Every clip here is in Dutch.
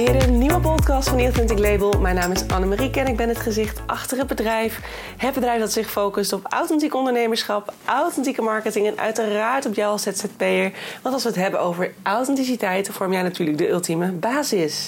weer een nieuwe podcast van The Authentic Label. Mijn naam is Annemarieke en ik ben het gezicht achter het bedrijf. Het bedrijf dat zich focust op authentiek ondernemerschap, authentieke marketing en uiteraard op jou als ZZP'er. Want als we het hebben over authenticiteit, vorm jij natuurlijk de ultieme basis.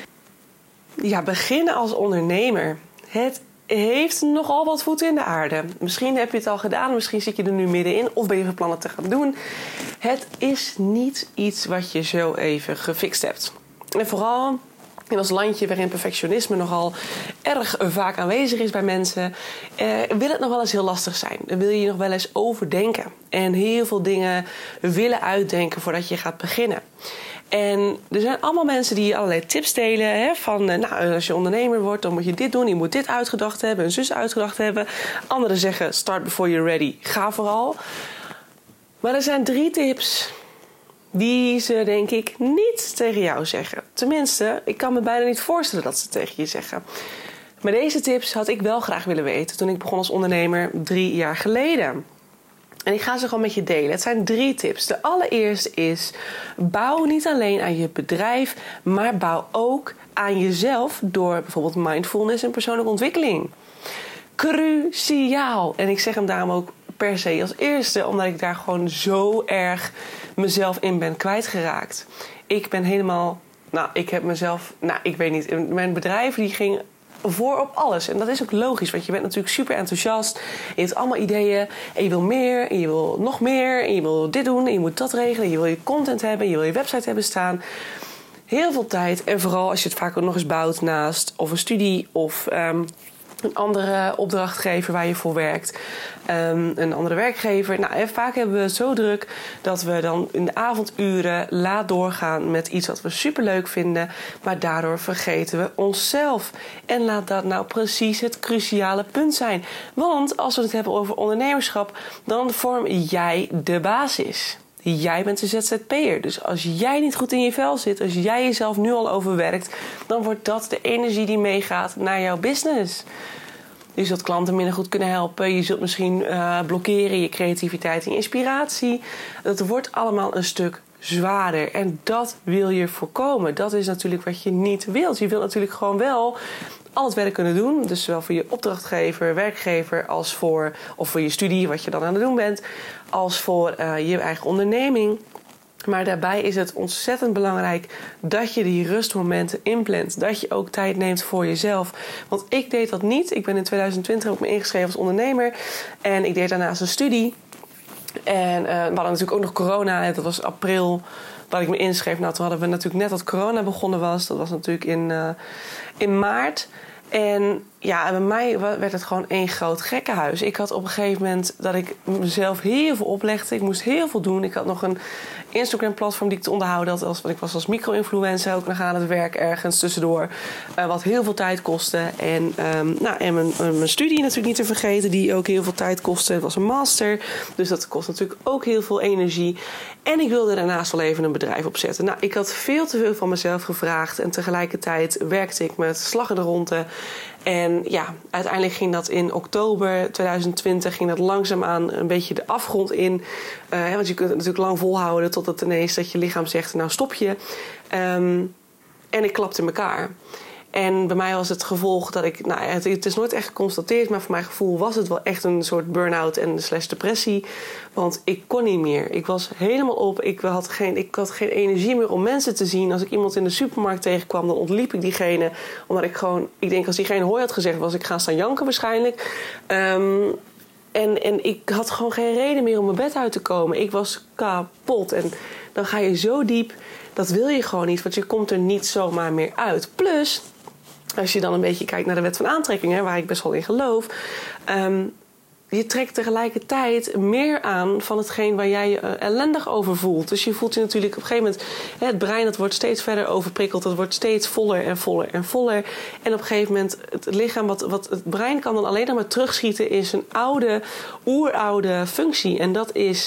Ja, beginnen als ondernemer. Het heeft nogal wat voeten in de aarde. Misschien heb je het al gedaan, misschien zit je er nu middenin of ben je van plan het te gaan doen. Het is niet iets wat je zo even gefixt hebt. En vooral in ons landje waarin perfectionisme nogal erg vaak aanwezig is bij mensen, wil het nog wel eens heel lastig zijn. Dan wil je nog wel eens overdenken. En heel veel dingen willen uitdenken voordat je gaat beginnen. En er zijn allemaal mensen die allerlei tips delen. Hè, van als je ondernemer wordt, dan moet je dit doen. Je moet dit uitgedacht hebben, een zus uitgedacht hebben. Anderen zeggen, start before you're ready. Ga vooral. Maar er zijn 3 tips die ze, denk ik, niet tegen jou zeggen. Tenminste, ik kan me bijna niet voorstellen dat ze tegen je zeggen. Maar deze tips had ik wel graag willen weten toen ik begon als ondernemer 3 jaar geleden. En ik ga ze gewoon met je delen. Het zijn 3 tips. De allereerste is, bouw niet alleen aan je bedrijf, maar bouw ook aan jezelf door bijvoorbeeld mindfulness en persoonlijke ontwikkeling. Cruciaal. En ik zeg hem daarom ook per se als eerste, omdat ik daar gewoon zo erg mezelf in ben kwijtgeraakt. Ik ben helemaal, ik heb mezelf, ik weet niet, mijn bedrijf die ging voor op alles. En dat is ook logisch, want je bent natuurlijk super enthousiast. Je hebt allemaal ideeën en je wil meer en je wil nog meer en je wil dit doen en je moet dat regelen. En je wil je content hebben en je wil je website hebben staan. Heel veel tijd en vooral als je het vaak ook nog eens bouwt naast of een studie of een andere opdrachtgever waar je voor werkt. Een andere werkgever. Vaak hebben we het zo druk dat we dan in de avonduren laat doorgaan met iets wat we superleuk vinden. Maar daardoor vergeten we onszelf. En laat dat nou precies het cruciale punt zijn. Want als we het hebben over ondernemerschap, dan vorm jij de basis. Jij bent de ZZP'er. Dus als jij niet goed in je vel zit, als jij jezelf nu al overwerkt, dan wordt dat de energie die meegaat naar jouw business. Je zult klanten minder goed kunnen helpen. Je zult misschien blokkeren je creativiteit en je inspiratie. Dat wordt allemaal een stuk zwaarder. En dat wil je voorkomen. Dat is natuurlijk wat je niet wilt. Je wilt natuurlijk gewoon wel al het werk kunnen doen. Dus zowel voor je opdrachtgever, werkgever, als voor je studie, wat je dan aan het doen bent, als voor je eigen onderneming. Maar daarbij is het ontzettend belangrijk dat je die rustmomenten inplant. Dat je ook tijd neemt voor jezelf. Want ik deed dat niet. Ik ben in 2020 ook me ingeschreven als ondernemer. En ik deed daarnaast een studie. En we hadden natuurlijk ook nog corona. Dat was april dat ik me inschreef. Toen hadden we natuurlijk net dat corona begonnen was. Dat was natuurlijk in maart. En ja, bij mij werd het gewoon één groot gekkenhuis. Ik had op een gegeven moment dat ik mezelf heel veel oplegde. Ik moest heel veel doen. Ik had nog een Instagram-platform die ik te onderhouden had. Want ik was als micro-influencer ook nog aan het werk ergens tussendoor. Wat heel veel tijd kostte. En mijn studie natuurlijk niet te vergeten, die ook heel veel tijd kostte. Het was een master, dus dat kost natuurlijk ook heel veel energie. En ik wilde daarnaast wel even een bedrijf opzetten. Ik had veel te veel van mezelf gevraagd. En tegelijkertijd werkte ik met slag in de ronde. En ja, uiteindelijk ging dat in oktober 2020 ging dat langzaamaan een beetje de afgrond in. Want je kunt het natuurlijk lang volhouden tot het ineens dat je lichaam zegt, nou stop je. En ik klapte in elkaar. En bij mij was het gevolg dat ik, het is nooit echt geconstateerd, maar voor mijn gevoel was het wel echt een soort burn-out en /depressie. Want ik kon niet meer. Ik was helemaal op. Ik had geen energie meer om mensen te zien. Als ik iemand in de supermarkt tegenkwam, dan ontliep ik diegene. Omdat ik denk als diegene hoi had gezegd, was ik gaan staan janken waarschijnlijk. En ik had gewoon geen reden meer om mijn bed uit te komen. Ik was kapot. En dan ga je zo diep. Dat wil je gewoon niet, want je komt er niet zomaar meer uit. Plus, als je dan een beetje kijkt naar de wet van aantrekking, waar ik best wel in geloof. Je trekt tegelijkertijd meer aan van hetgeen waar jij je ellendig over voelt. Dus je voelt je natuurlijk op een gegeven moment, het brein dat wordt steeds verder overprikkeld. Dat wordt steeds voller en voller en voller. En op een gegeven moment, het lichaam, wat het brein kan dan alleen nog maar terugschieten in zijn oeroude functie. En dat is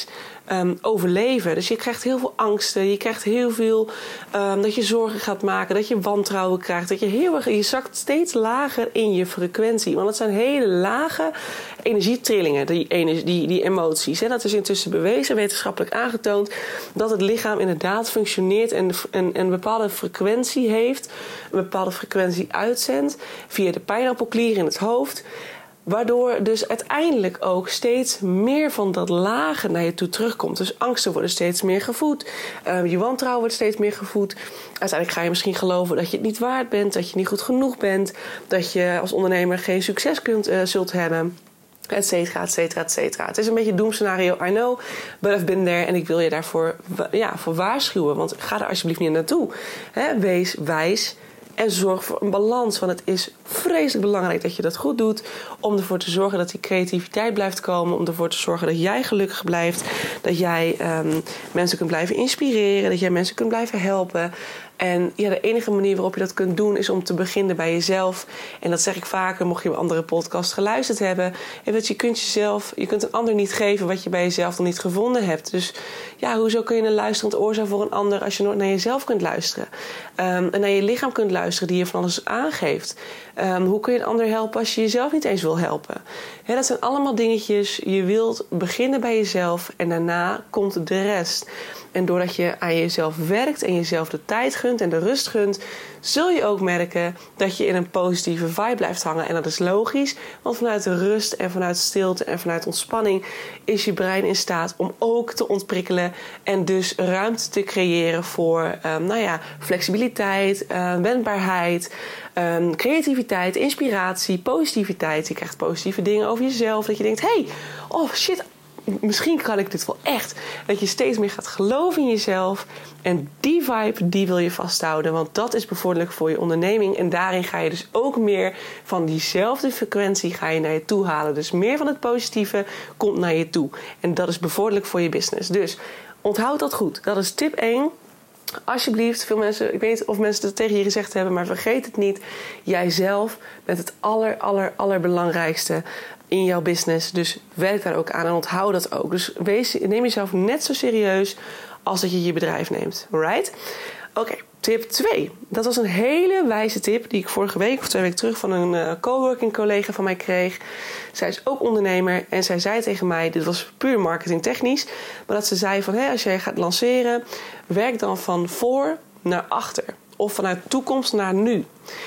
overleven. Dus je krijgt heel veel angsten. Je krijgt heel veel dat je zorgen gaat maken. Dat je wantrouwen krijgt. Dat je zakt steeds lager in je frequentie. Want het zijn hele lage energietrillingen. Die emoties. Hè. Dat is intussen bewezen, wetenschappelijk aangetoond. Dat het lichaam inderdaad functioneert. En een bepaalde frequentie heeft. Een bepaalde frequentie uitzendt. Via de pijnappelklier in het hoofd. Waardoor dus uiteindelijk ook steeds meer van dat lage naar je toe terugkomt. Dus angsten worden steeds meer gevoed. Je wantrouwen wordt steeds meer gevoed. Uiteindelijk ga je misschien geloven dat je het niet waard bent. Dat je niet goed genoeg bent. Dat je als ondernemer geen succes zult hebben. Etcetera, etcetera, etcetera. Het is een beetje een doemscenario, I know. But I've been there. En ik wil je daarvoor voor waarschuwen. Want ga er alsjeblieft niet naartoe. Wees wijs. En zorg voor een balans. Want het is vreselijk belangrijk dat je dat goed doet. Om ervoor te zorgen dat die creativiteit blijft komen. Om ervoor te zorgen dat jij gelukkig blijft. Dat jij mensen kunt blijven inspireren. Dat jij mensen kunt blijven helpen. En de enige manier waarop je dat kunt doen is om te beginnen bij jezelf. En dat zeg ik vaker, mocht je een andere podcast geluisterd hebben. En dat je kunt een ander niet geven wat je bij jezelf nog niet gevonden hebt. Dus hoezo kun je een luisterend oor zijn voor een ander als je nooit naar jezelf kunt luisteren? En naar je lichaam kunt luisteren die je van alles aangeeft. Hoe kun je een ander helpen als je jezelf niet eens wil helpen? Dat zijn allemaal dingetjes. Je wilt beginnen bij jezelf en daarna komt de rest. En doordat je aan jezelf werkt en jezelf de tijd gunt en de rust gunt, zul je ook merken dat je in een positieve vibe blijft hangen. En dat is logisch, want vanuit de rust en vanuit stilte en vanuit ontspanning is je brein in staat om ook te ontprikkelen en dus ruimte te creëren voor flexibiliteit, wendbaarheid, creativiteit, inspiratie, positiviteit. Je krijgt positieve dingen over jezelf. Dat je denkt, misschien kan ik dit wel echt. Dat je steeds meer gaat geloven in jezelf. En die vibe, die wil je vasthouden. Want dat is bevorderlijk voor je onderneming. En daarin ga je dus ook meer van diezelfde frequentie ga je naar je toe halen. Dus meer van het positieve komt naar je toe. En dat is bevorderlijk voor je business. Dus onthoud dat goed. Dat is tip 1. Alsjeblieft, veel mensen, ik weet niet of mensen het tegen je gezegd hebben, maar vergeet het niet. Jijzelf bent het allerbelangrijkste in jouw business. Dus werk daar ook aan en onthoud dat ook. Dus neem jezelf net zo serieus als dat je je bedrijf neemt. Alright? Oké, tip 2. Dat was een hele wijze tip die ik vorige week of 2 weken terug van een coworking collega van mij kreeg. Zij is ook ondernemer en zij zei tegen mij, dit was puur marketingtechnisch, maar dat ze zei van, als jij gaat lanceren, werk dan van voor naar achter. Of vanuit toekomst naar nu.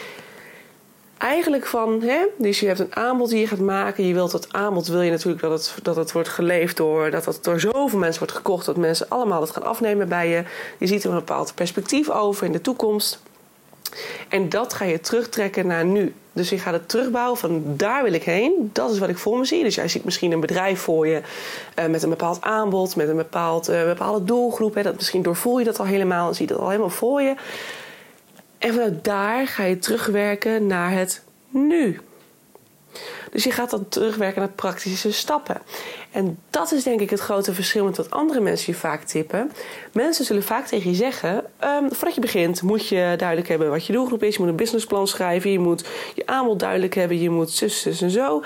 Eigenlijk dus je hebt een aanbod die je gaat maken. Je wilt dat aanbod, wil je natuurlijk dat het wordt geleefd dat het door zoveel mensen wordt gekocht, dat mensen allemaal dat gaan afnemen bij je. Je ziet er een bepaald perspectief over in de toekomst. En dat ga je terugtrekken naar nu. Dus je gaat het terugbouwen van daar wil ik heen. Dat is wat ik voor me zie. Dus jij ziet misschien een bedrijf voor je met een bepaald aanbod, met een bepaalde doelgroep. Misschien doorvoel je dat al helemaal en zie je dat al helemaal voor je. En vanuit daar ga je terugwerken naar het nu. Dus je gaat dan terugwerken naar praktische stappen. En dat is denk ik het grote verschil met wat andere mensen je vaak tippen. Mensen zullen vaak tegen je zeggen, voordat je begint moet je duidelijk hebben wat je doelgroep is. Je moet een businessplan schrijven, je moet je aanbod duidelijk hebben, je moet zus en zo.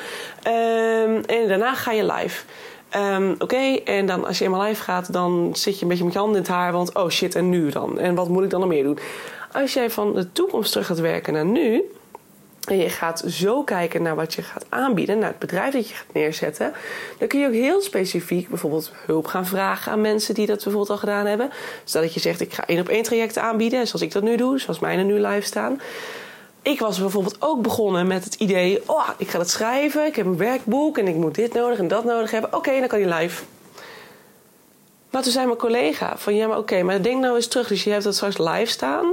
En daarna ga je live. En dan als je eenmaal live gaat, dan zit je een beetje met je handen in het haar. Want oh shit, en nu dan? En wat moet ik dan nog meer doen? Als jij van de toekomst terug gaat werken naar nu, en je gaat zo kijken naar wat je gaat aanbieden, naar het bedrijf dat je gaat neerzetten, dan kun je ook heel specifiek bijvoorbeeld hulp gaan vragen aan mensen die dat bijvoorbeeld al gedaan hebben. Stel dat je zegt, ik ga 1-op-1 trajecten aanbieden, zoals ik dat nu doe, zoals mijne nu live staan. Ik was bijvoorbeeld ook begonnen met het idee, ik ga dat schrijven, ik heb een werkboek en ik moet dit nodig en dat nodig hebben. Oké, dan kan je live. Maar toen zei mijn collega van, maar denk nou eens terug. Dus je hebt dat straks live staan.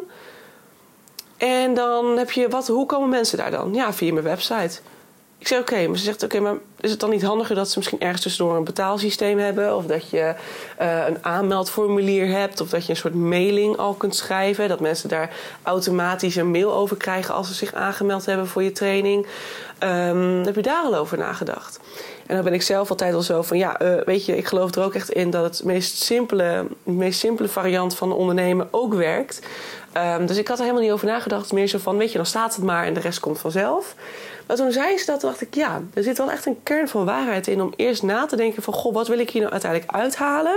En dan heb je, hoe komen mensen daar dan? Ja, via mijn website. Ik zei maar ze zegt, maar is het dan niet handiger dat ze misschien ergens tussendoor een betaalsysteem hebben? Of dat je een aanmeldformulier hebt? Of dat je een soort mailing al kunt schrijven? Dat mensen daar automatisch een mail over krijgen als ze zich aangemeld hebben voor je training? Heb je daar al over nagedacht? En dan ben ik zelf altijd al zo van, ik geloof er ook echt in dat het meest simpele variant van ondernemen ook werkt. Dus ik had er helemaal niet over nagedacht. Meer zo van, dan staat het maar en de rest komt vanzelf. Maar toen zei ze dat, dacht ik, ja, er zit wel echt een kern van waarheid in om eerst na te denken van, goh, wat wil ik hier nou uiteindelijk uithalen?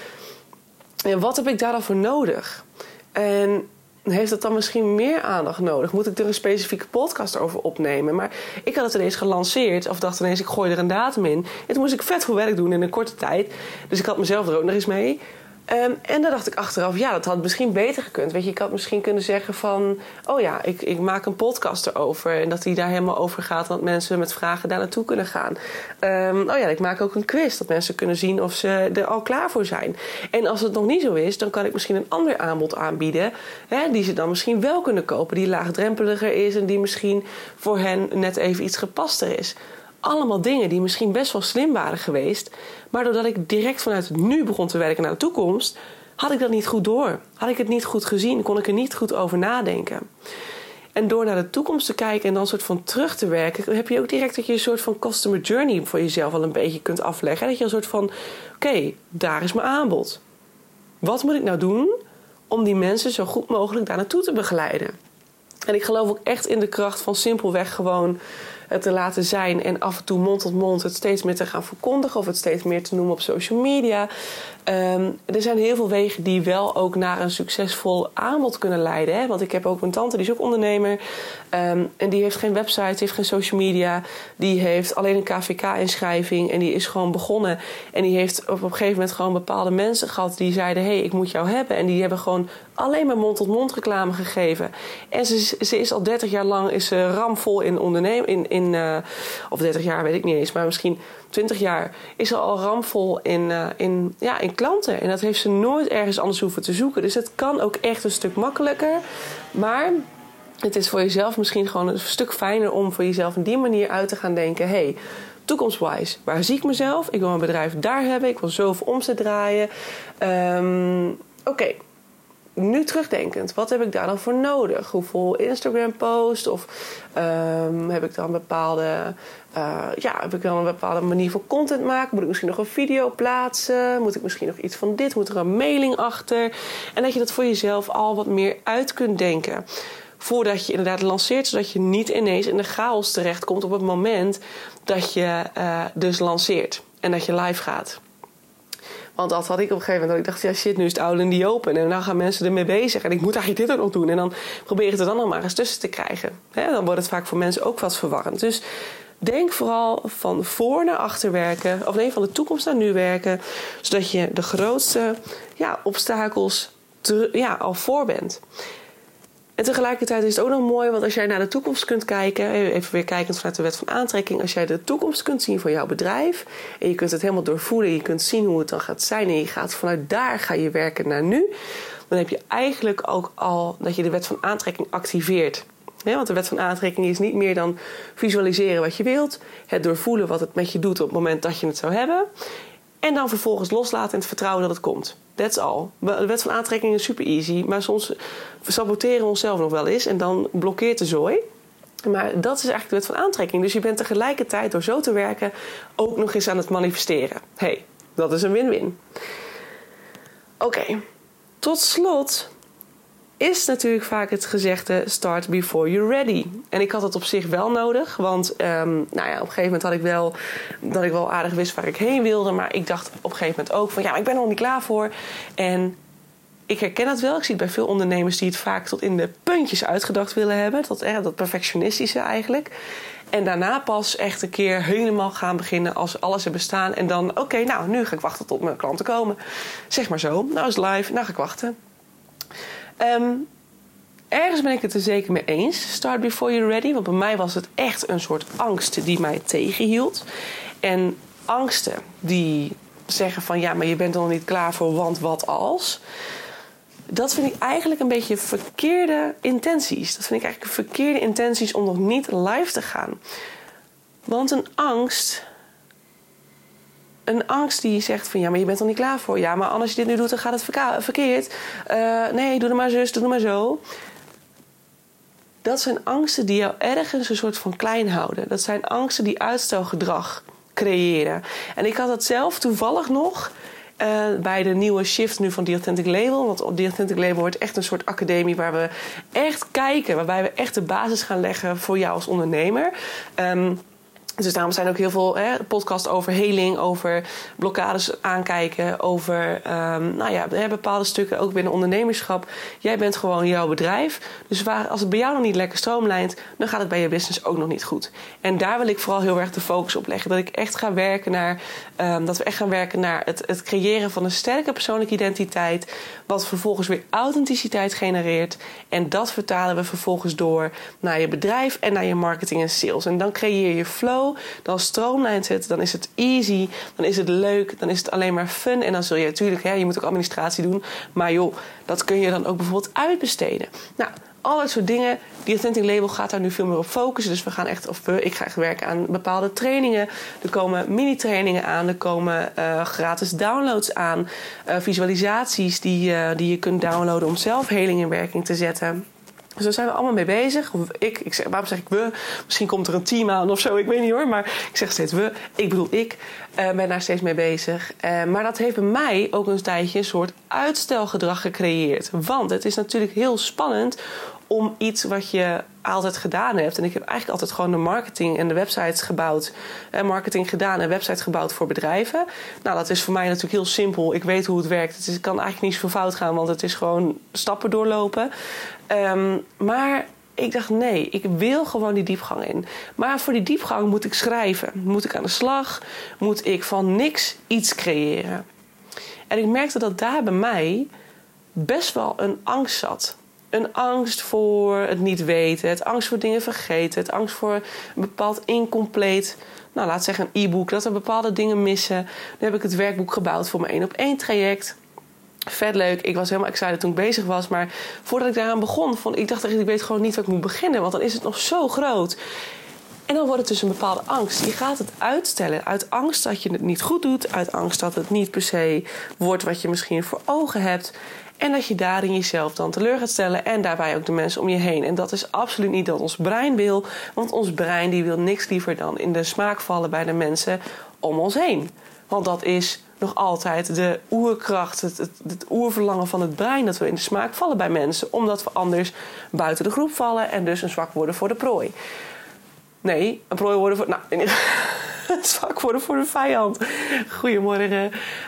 En wat heb ik daar dan voor nodig? En heeft het dan misschien meer aandacht nodig? Moet ik er een specifieke podcast over opnemen? Maar ik had het ineens gelanceerd, of dacht ineens, ik gooi er een datum in. En toen moest ik vet veel werk doen in een korte tijd. Dus ik had mezelf er ook nog eens mee. En dan dacht ik achteraf, ja, dat had misschien beter gekund. Weet je, ik had misschien kunnen zeggen van, oh ja, ik maak een podcast erover. En dat die daar helemaal over gaat, dat mensen met vragen daar naartoe kunnen gaan. Oh ja, ik maak ook een quiz, dat mensen kunnen zien of ze er al klaar voor zijn. En als het nog niet zo is, dan kan ik misschien een ander aanbod aanbieden, die ze dan misschien wel kunnen kopen, die laagdrempeliger is en die misschien voor hen net even iets gepaster is. Allemaal dingen die misschien best wel slim waren geweest. Maar doordat ik direct vanuit het nu begon te werken naar de toekomst, had ik dat niet goed door. Had ik het niet goed gezien, kon ik er niet goed over nadenken. En door naar de toekomst te kijken en dan een soort van terug te werken, heb je ook direct dat je een soort van customer journey voor jezelf al een beetje kunt afleggen. Dat je een soort van, oké, daar is mijn aanbod. Wat moet ik nou doen om die mensen zo goed mogelijk daar naartoe te begeleiden? En ik geloof ook echt in de kracht van simpelweg gewoon het te laten zijn en af en toe mond tot mond het steeds meer te gaan verkondigen of het steeds meer te noemen op social media. Er zijn heel veel wegen die wel ook naar een succesvol aanbod kunnen leiden. Hè? Want ik heb ook een tante, die is ook ondernemer. En die heeft geen website, die heeft geen social media. Die heeft alleen een KVK-inschrijving en die is gewoon begonnen. En die heeft op een gegeven moment gewoon bepaalde mensen gehad die zeiden, hey, ik moet jou hebben. En die hebben gewoon alleen maar mond-tot-mond reclame gegeven. En ze is al 30 jaar lang is ze ramvol in ondernemen. Of 30 jaar, weet ik niet eens, maar misschien 20 jaar is ze al ramvol in klanten. En dat heeft ze nooit ergens anders hoeven te zoeken. Dus het kan ook echt een stuk makkelijker. Maar het is voor jezelf misschien gewoon een stuk fijner om voor jezelf op die manier uit te gaan denken, hey, toekomstwise, waar zie ik mezelf? Ik wil mijn bedrijf daar hebben. Ik wil zoveel omzet draaien. Oké. Nu terugdenkend, wat heb ik daar dan voor nodig? Hoeveel Instagram post? Of heb ik dan een bepaalde manier van content maken? Moet ik misschien nog een video plaatsen? Moet ik misschien nog iets van dit? Moet er een mailing achter? En dat je dat voor jezelf al wat meer uit kunt denken. Voordat je inderdaad lanceert, zodat je niet ineens in de chaos terechtkomt op het moment dat je dus lanceert. En dat je live gaat. Want dat had ik op een gegeven moment. Dat ik dacht, ja shit, nu is het oude in die open. En dan gaan mensen ermee bezig. En ik moet eigenlijk dit ook nog doen. En dan probeer je het er dan nog maar eens tussen te krijgen. Dan wordt het vaak voor mensen ook wat verwarrend. Dus denk vooral van voor naar achter werken. Of nee, van de toekomst naar nu werken. Zodat je de grootste obstakels al voor bent. En tegelijkertijd is het ook nog mooi, want als jij naar de toekomst kunt kijken, even weer kijkend vanuit de wet van aantrekking, als jij de toekomst kunt zien voor jouw bedrijf en je kunt het helemaal doorvoelen, je kunt zien hoe het dan gaat zijn en je gaat vanuit daar ga je werken naar nu, dan heb je eigenlijk ook al dat je de wet van aantrekking activeert. Ja, want de wet van aantrekking is niet meer dan visualiseren wat je wilt, het doorvoelen wat het met je doet op het moment dat je het zou hebben en dan vervolgens loslaten en het vertrouwen dat het komt. That's all. De wet van aantrekking is super easy. Maar soms saboteren we onszelf nog wel eens. En dan blokkeert de zooi. Maar dat is eigenlijk de wet van aantrekking. Dus je bent tegelijkertijd door zo te werken ook nog eens aan het manifesteren. Hey, dat is een win-win. Oké. Tot slot is natuurlijk vaak het gezegde start before you're ready. En ik had het op zich wel nodig. Want op een gegeven moment had ik wel dat ik wel aardig wist waar ik heen wilde. Maar ik dacht op een gegeven moment ook van maar ik ben er nog niet klaar voor. En ik herken het wel. Ik zie het bij veel ondernemers die het vaak tot in de puntjes uitgedacht willen hebben. Dat perfectionistische eigenlijk. En daarna pas echt een keer helemaal gaan beginnen als alles er bestaan. En dan nu ga ik wachten tot mijn klanten komen. Zeg maar zo. Nou is live. Nou ga ik wachten. Ergens ben ik het er zeker mee eens. Start before you're ready. Want bij mij was het echt een soort angst die mij tegenhield. En angsten die zeggen van maar je bent er nog niet klaar voor, want wat als? Dat vind ik eigenlijk een beetje verkeerde intenties. Dat vind ik eigenlijk verkeerde intenties om nog niet live te gaan. Want een angst die zegt van maar je bent er niet klaar voor. Ja, maar als je dit nu doet, dan gaat het verkeerd. Nee, doe het maar zus, doe het maar zo. Dat zijn angsten die jou ergens een soort van klein houden. Dat zijn angsten die uitstelgedrag creëren. En ik had dat zelf toevallig nog bij de nieuwe shift nu van The Authentic Label. Want The Authentic Label wordt echt een soort academie waar we echt kijken, waarbij we echt de basis gaan leggen voor jou als ondernemer. Dus daarom zijn ook heel veel podcasts over heling, over blokkades aankijken, over bepaalde stukken ook binnen ondernemerschap. Jij bent gewoon jouw bedrijf. Dus als het bij jou nog niet lekker stroomlijnt, dan gaat het bij je business ook nog niet goed. En daar wil ik vooral heel erg de focus op leggen. Dat ik echt ga werken naar het creëren van een sterke persoonlijke identiteit, wat vervolgens weer authenticiteit genereert. En dat vertalen we vervolgens door naar je bedrijf en naar je marketing en sales. En dan creëer je flow. Dan stroomlijnt het, dan is het easy, dan is het leuk, dan is het alleen maar fun. En dan zul je natuurlijk, je moet ook administratie doen. Maar joh, dat kun je dan ook bijvoorbeeld uitbesteden. Nou, al dat soort dingen. The Authentic Label gaat daar nu veel meer op focussen. Dus ik ga echt werken aan bepaalde trainingen. Er komen mini-trainingen aan. Er komen gratis downloads aan. Visualisaties die je kunt downloaden om zelf heling in werking te zetten. Dus daar zijn we allemaal mee bezig. Waarom zeg ik we? Misschien komt er een team aan of zo, ik weet niet hoor. Maar ik zeg steeds we. Ik bedoel, ik ben daar steeds mee bezig. Maar dat heeft bij mij ook een tijdje een soort uitstelgedrag gecreëerd. Want het is natuurlijk heel spannend om iets wat je altijd gedaan hebt. En ik heb eigenlijk altijd gewoon de marketing en de websites gebouwd. Marketing gedaan en websites gebouwd voor bedrijven. Nou, dat is voor mij natuurlijk heel simpel. Ik weet hoe het werkt. Het kan eigenlijk niet zoveel fout gaan, want het is gewoon stappen doorlopen. Maar ik dacht, nee, ik wil gewoon die diepgang in. Maar voor die diepgang moet ik schrijven. Moet ik aan de slag? Moet ik van niks iets creëren? En ik merkte dat daar bij mij best wel een angst zat. Een angst voor het niet weten. Het angst voor dingen vergeten. Het angst voor een bepaald incompleet, laat zeggen een e-book. Dat er bepaalde dingen missen. Dan heb ik het werkboek gebouwd voor mijn 1-op-1 traject. Vet leuk. Ik was helemaal excited toen ik bezig was. Maar voordat ik daaraan begon, ik dacht echt, ik weet gewoon niet waar ik moet beginnen. Want dan is het nog zo groot. En dan wordt het dus een bepaalde angst. Je gaat het uitstellen. Uit angst dat je het niet goed doet. Uit angst dat het niet per se wordt wat je misschien voor ogen hebt. En dat je daarin jezelf dan teleur gaat stellen. En daarbij ook de mensen om je heen. En dat is absoluut niet wat ons brein wil. Want ons brein die wil niks liever dan in de smaak vallen bij de mensen om ons heen. Want dat is nog altijd de oerkracht, het oerverlangen van het brein, dat we in de smaak vallen bij mensen. Omdat we anders buiten de groep vallen en dus een zwak worden voor de prooi. Nee, een prooi worden voor... zwak worden voor de vijand. Goedemorgen.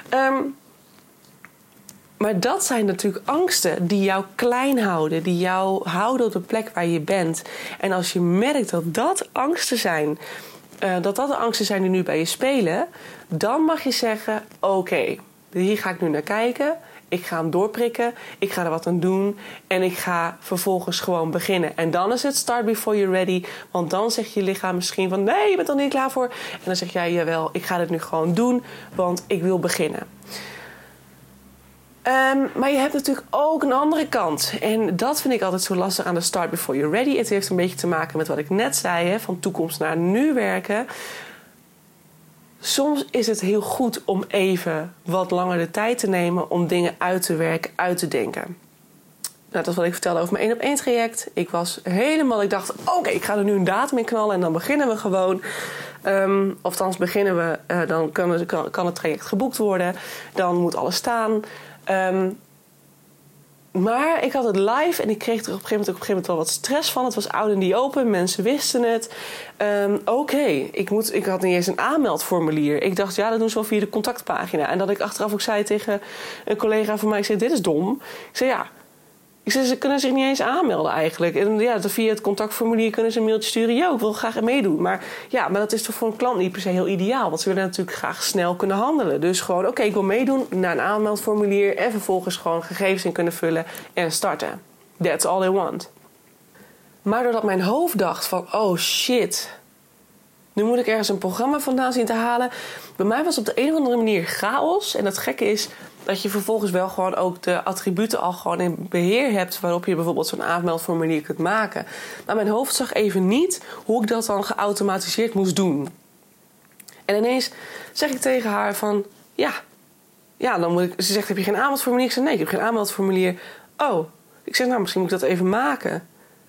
Maar dat zijn natuurlijk angsten die jou klein houden. Die jou houden op de plek waar je bent. En als je merkt dat dat angsten zijn, dat de angsten zijn die nu bij je spelen, dan mag je zeggen, oké, hier ga ik nu naar kijken. Ik ga hem doorprikken. Ik ga er wat aan doen. En ik ga vervolgens gewoon beginnen. En dan is het start before you're ready. Want dan zegt je lichaam misschien van, nee, je bent er niet klaar voor. En dan zeg jij, jawel, ik ga dit nu gewoon doen. Want ik wil beginnen. Maar je hebt natuurlijk ook een andere kant. En dat vind ik altijd zo lastig aan de start before you're ready. Het heeft een beetje te maken met wat ik net zei. Van toekomst naar nu werken. Soms is het heel goed om even wat langer de tijd te nemen om dingen uit te werken, uit te denken. Nou, dat is wat ik vertelde over mijn 1-op-1 traject. Ik dacht, oké, ik ga er nu een datum in knallen en dan beginnen we gewoon. Althans beginnen we, dan kan het traject geboekt worden. Dan moet alles staan. Maar ik had het live en ik kreeg er op een gegeven moment wel wat stress van. Het was out in the open, mensen wisten het. Ik had niet eens een aanmeldformulier. Ik dacht, ja, dat doen ze wel via de contactpagina. En dat ik achteraf ook zei tegen een collega van mij, ik zei, dit is dom. Ik zei, ja. Ik zei, ze kunnen zich niet eens aanmelden eigenlijk. En ja, via het contactformulier kunnen ze een mailtje sturen. Yo, ik wil graag meedoen. Maar dat is toch voor een klant niet per se heel ideaal. Want ze willen natuurlijk graag snel kunnen handelen. Dus gewoon, oké, ik wil meedoen naar een aanmeldformulier. En vervolgens gewoon gegevens in kunnen vullen en starten. That's all they want. Maar doordat mijn hoofd dacht van, oh shit, nu moet ik ergens een programma vandaan zien te halen. Bij mij was het op de een of andere manier chaos. En het gekke is dat je vervolgens wel gewoon ook de attributen al gewoon in beheer hebt, waarop je bijvoorbeeld zo'n aanmeldformulier kunt maken. Maar mijn hoofd zag even niet hoe ik dat dan geautomatiseerd moest doen. En ineens zeg ik tegen haar van, ja, dan moet ik. Ze zegt, heb je geen aanmeldformulier? Ik zeg, nee, ik heb geen aanmeldformulier. Oh, ik zeg, nou, misschien moet ik dat even maken.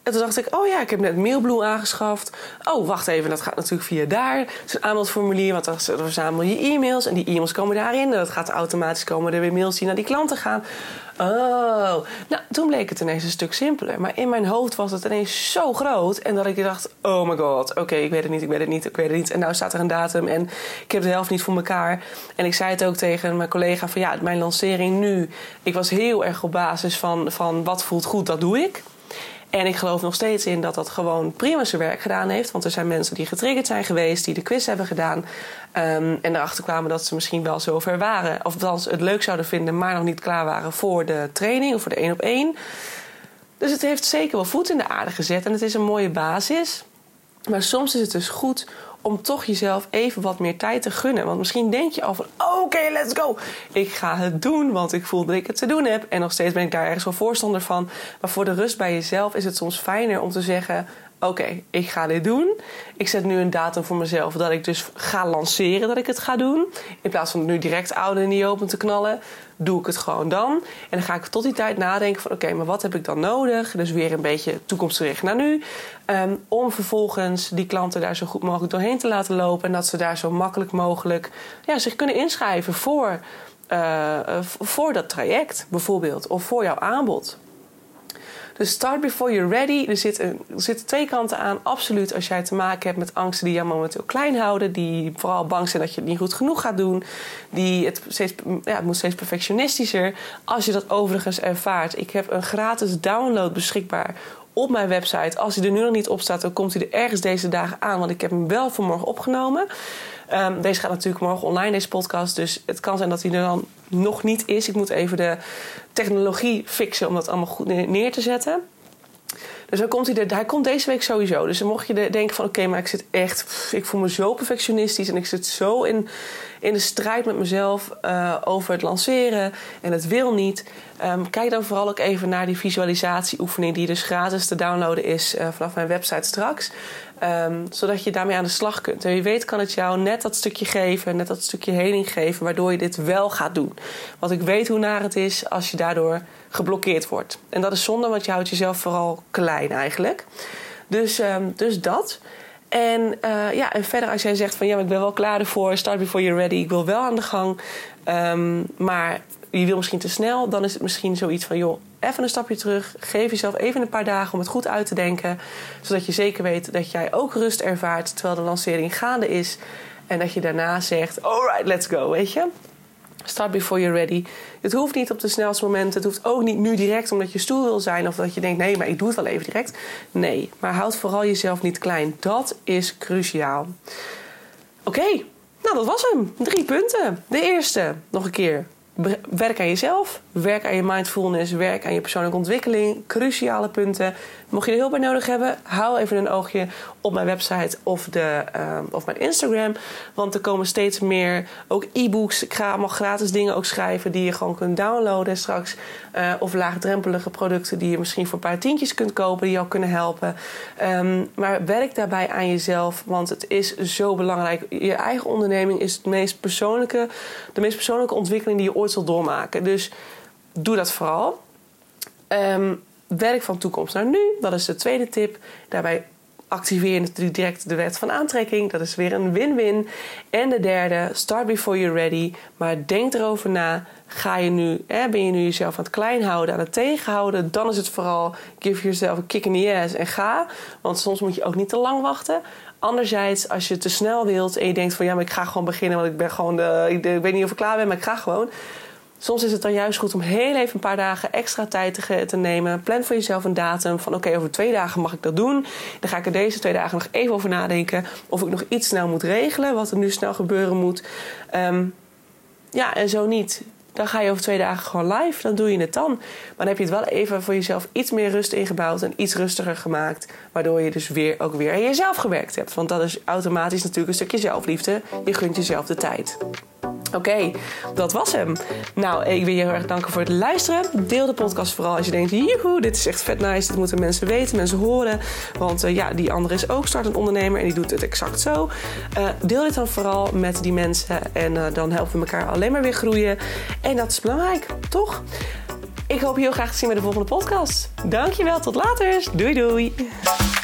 En toen dacht ik, oh ja, ik heb net Mailblue aangeschaft. Oh, wacht even, dat gaat natuurlijk via daar. Het is een aanbodformulier, want dan verzamel je e-mails. En die e-mails komen daarin. En dat gaat automatisch komen er weer mails die naar die klanten gaan. Oh, nou, toen bleek het ineens een stuk simpeler. Maar in mijn hoofd was het ineens zo groot. En dat ik dacht, oh my god, oké, ik weet het niet. En nou staat er een datum en ik heb de helft niet voor elkaar. En ik zei het ook tegen mijn collega van, ja, mijn lancering nu. Ik was heel erg op basis van wat voelt goed, dat doe ik. En ik geloof nog steeds in dat dat gewoon prima zijn werk gedaan heeft. Want er zijn mensen die getriggerd zijn geweest, die de quiz hebben gedaan. En erachter kwamen dat ze misschien wel zover waren. Of dat ze het leuk zouden vinden, maar nog niet klaar waren voor de training of voor de 1-op-1. Dus het heeft zeker wel voet in de aarde gezet. En het is een mooie basis. Maar soms is het dus goed om toch jezelf even wat meer tijd te gunnen. Want misschien denk je al van, oké, let's go. Ik ga het doen, want ik voel dat ik het te doen heb. En nog steeds ben ik daar ergens wel voorstander van. Maar voor de rust bij jezelf is het soms fijner om te zeggen, oké, ik ga dit doen. Ik zet nu een datum voor mezelf dat ik dus ga lanceren dat ik het ga doen. In plaats van nu direct oude in die open te knallen, doe ik het gewoon dan. En dan ga ik tot die tijd nadenken van, oké, maar wat heb ik dan nodig? Dus weer een beetje toekomstgericht naar nu. Om vervolgens die klanten daar zo goed mogelijk doorheen te laten lopen. En dat ze daar zo makkelijk mogelijk zich kunnen inschrijven voor dat traject bijvoorbeeld. Of voor jouw aanbod. Dus start before you're ready. Er zitten twee kanten aan. Absoluut, als jij te maken hebt met angsten die jou momenteel klein houden. Die vooral bang zijn dat je het niet goed genoeg gaat doen. Het moet steeds perfectionistischer. Als je dat overigens ervaart. Ik heb een gratis download beschikbaar op mijn website. Als hij er nu nog niet op staat, dan komt hij er ergens deze dagen aan. Want ik heb hem wel vanmorgen opgenomen. Deze gaat natuurlijk morgen online, deze podcast. Dus het kan zijn dat hij er dan nog niet is. Ik moet even de technologie fixen om dat allemaal goed neer te zetten. Dus dan komt hij komt deze week sowieso. Dus dan mocht je denken van, oké, maar ik voel me zo perfectionistisch. En ik zit zo in de strijd met mezelf over het lanceren. En het wil niet. Kijk dan vooral ook even naar die visualisatieoefening die dus gratis te downloaden is vanaf mijn website straks. Zodat je daarmee aan de slag kunt. En wie weet kan het jou net dat stukje geven, net dat stukje heling geven, waardoor je dit wel gaat doen. Want ik weet hoe naar het is als je daardoor geblokkeerd wordt. En dat is zonde, want je houdt jezelf vooral klein eigenlijk. Dus dat. En verder als jij zegt van, ja, maar ik ben wel klaar ervoor, start before you're ready, ik wil wel aan de gang. Maar je wil misschien te snel, dan is het misschien zoiets van, joh, even een stapje terug. Geef jezelf even een paar dagen om het goed uit te denken. Zodat je zeker weet dat jij ook rust ervaart terwijl de lancering gaande is. En dat je daarna zegt, alright, let's go, weet je. Start before you're ready. Het hoeft niet op de snelste moment. Het hoeft ook niet nu direct omdat je stoer wil zijn. Of dat je denkt, nee, maar ik doe het wel even direct. Nee, maar houd vooral jezelf niet klein. Dat is cruciaal. Oké, nou dat was hem. 3 punten. De eerste, nog een keer. Werk aan jezelf, werk aan je mindfulness, werk aan je persoonlijke ontwikkeling. Cruciale punten. Mocht je er hulp bij nodig hebben, hou even een oogje op mijn website of mijn Instagram. Want er komen steeds meer ook e-books. Ik ga allemaal gratis dingen ook schrijven die je gewoon kunt downloaden straks. Of laagdrempelige producten die je misschien voor een paar tientjes kunt kopen, die jou kunnen helpen. Maar werk daarbij aan jezelf, want het is zo belangrijk. Je eigen onderneming is de meest persoonlijke ontwikkeling die je ooit zult doormaken. Dus doe dat vooral. Werk van toekomst naar nu, dat is de tweede tip. Daarbij activeer je natuurlijk direct de wet van aantrekking. Dat is weer een win-win. En de derde, start before you're ready. Maar denk erover na. Ben je nu jezelf aan het klein houden, aan het tegenhouden? Dan is het vooral give yourself a kick in the ass en ga. Want soms moet je ook niet te lang wachten. Anderzijds, als je te snel wilt en je denkt van, ja, maar ik ga gewoon beginnen, want ik ben gewoon ik weet niet of ik klaar ben, maar ik ga gewoon. Soms is het dan juist goed om heel even een paar dagen extra tijd te nemen. Plan voor jezelf een datum van, oké, over 2 dagen mag ik dat doen. Dan ga ik er deze 2 dagen nog even over nadenken of ik nog iets snel moet regelen, wat er nu snel gebeuren moet. En zo niet. Dan ga je over 2 dagen gewoon live. Dan doe je het dan. Maar dan heb je het wel even voor jezelf iets meer rust ingebouwd en iets rustiger gemaakt. Waardoor je dus ook weer aan jezelf gewerkt hebt. Want dat is automatisch natuurlijk een stukje zelfliefde. Je gunt jezelf de tijd. Oké, dat was hem. Nou, ik wil je heel erg danken voor het luisteren. Deel de podcast vooral als je denkt, joehoe, dit is echt vet nice. Dit moeten mensen weten, mensen horen. Want die andere is ook startend ondernemer en die doet het exact zo. Deel dit dan vooral met die mensen en dan helpen we elkaar alleen maar weer groeien. En dat is belangrijk, toch? Ik hoop je heel graag te zien bij de volgende podcast. Dankjewel, tot later. Doei doei.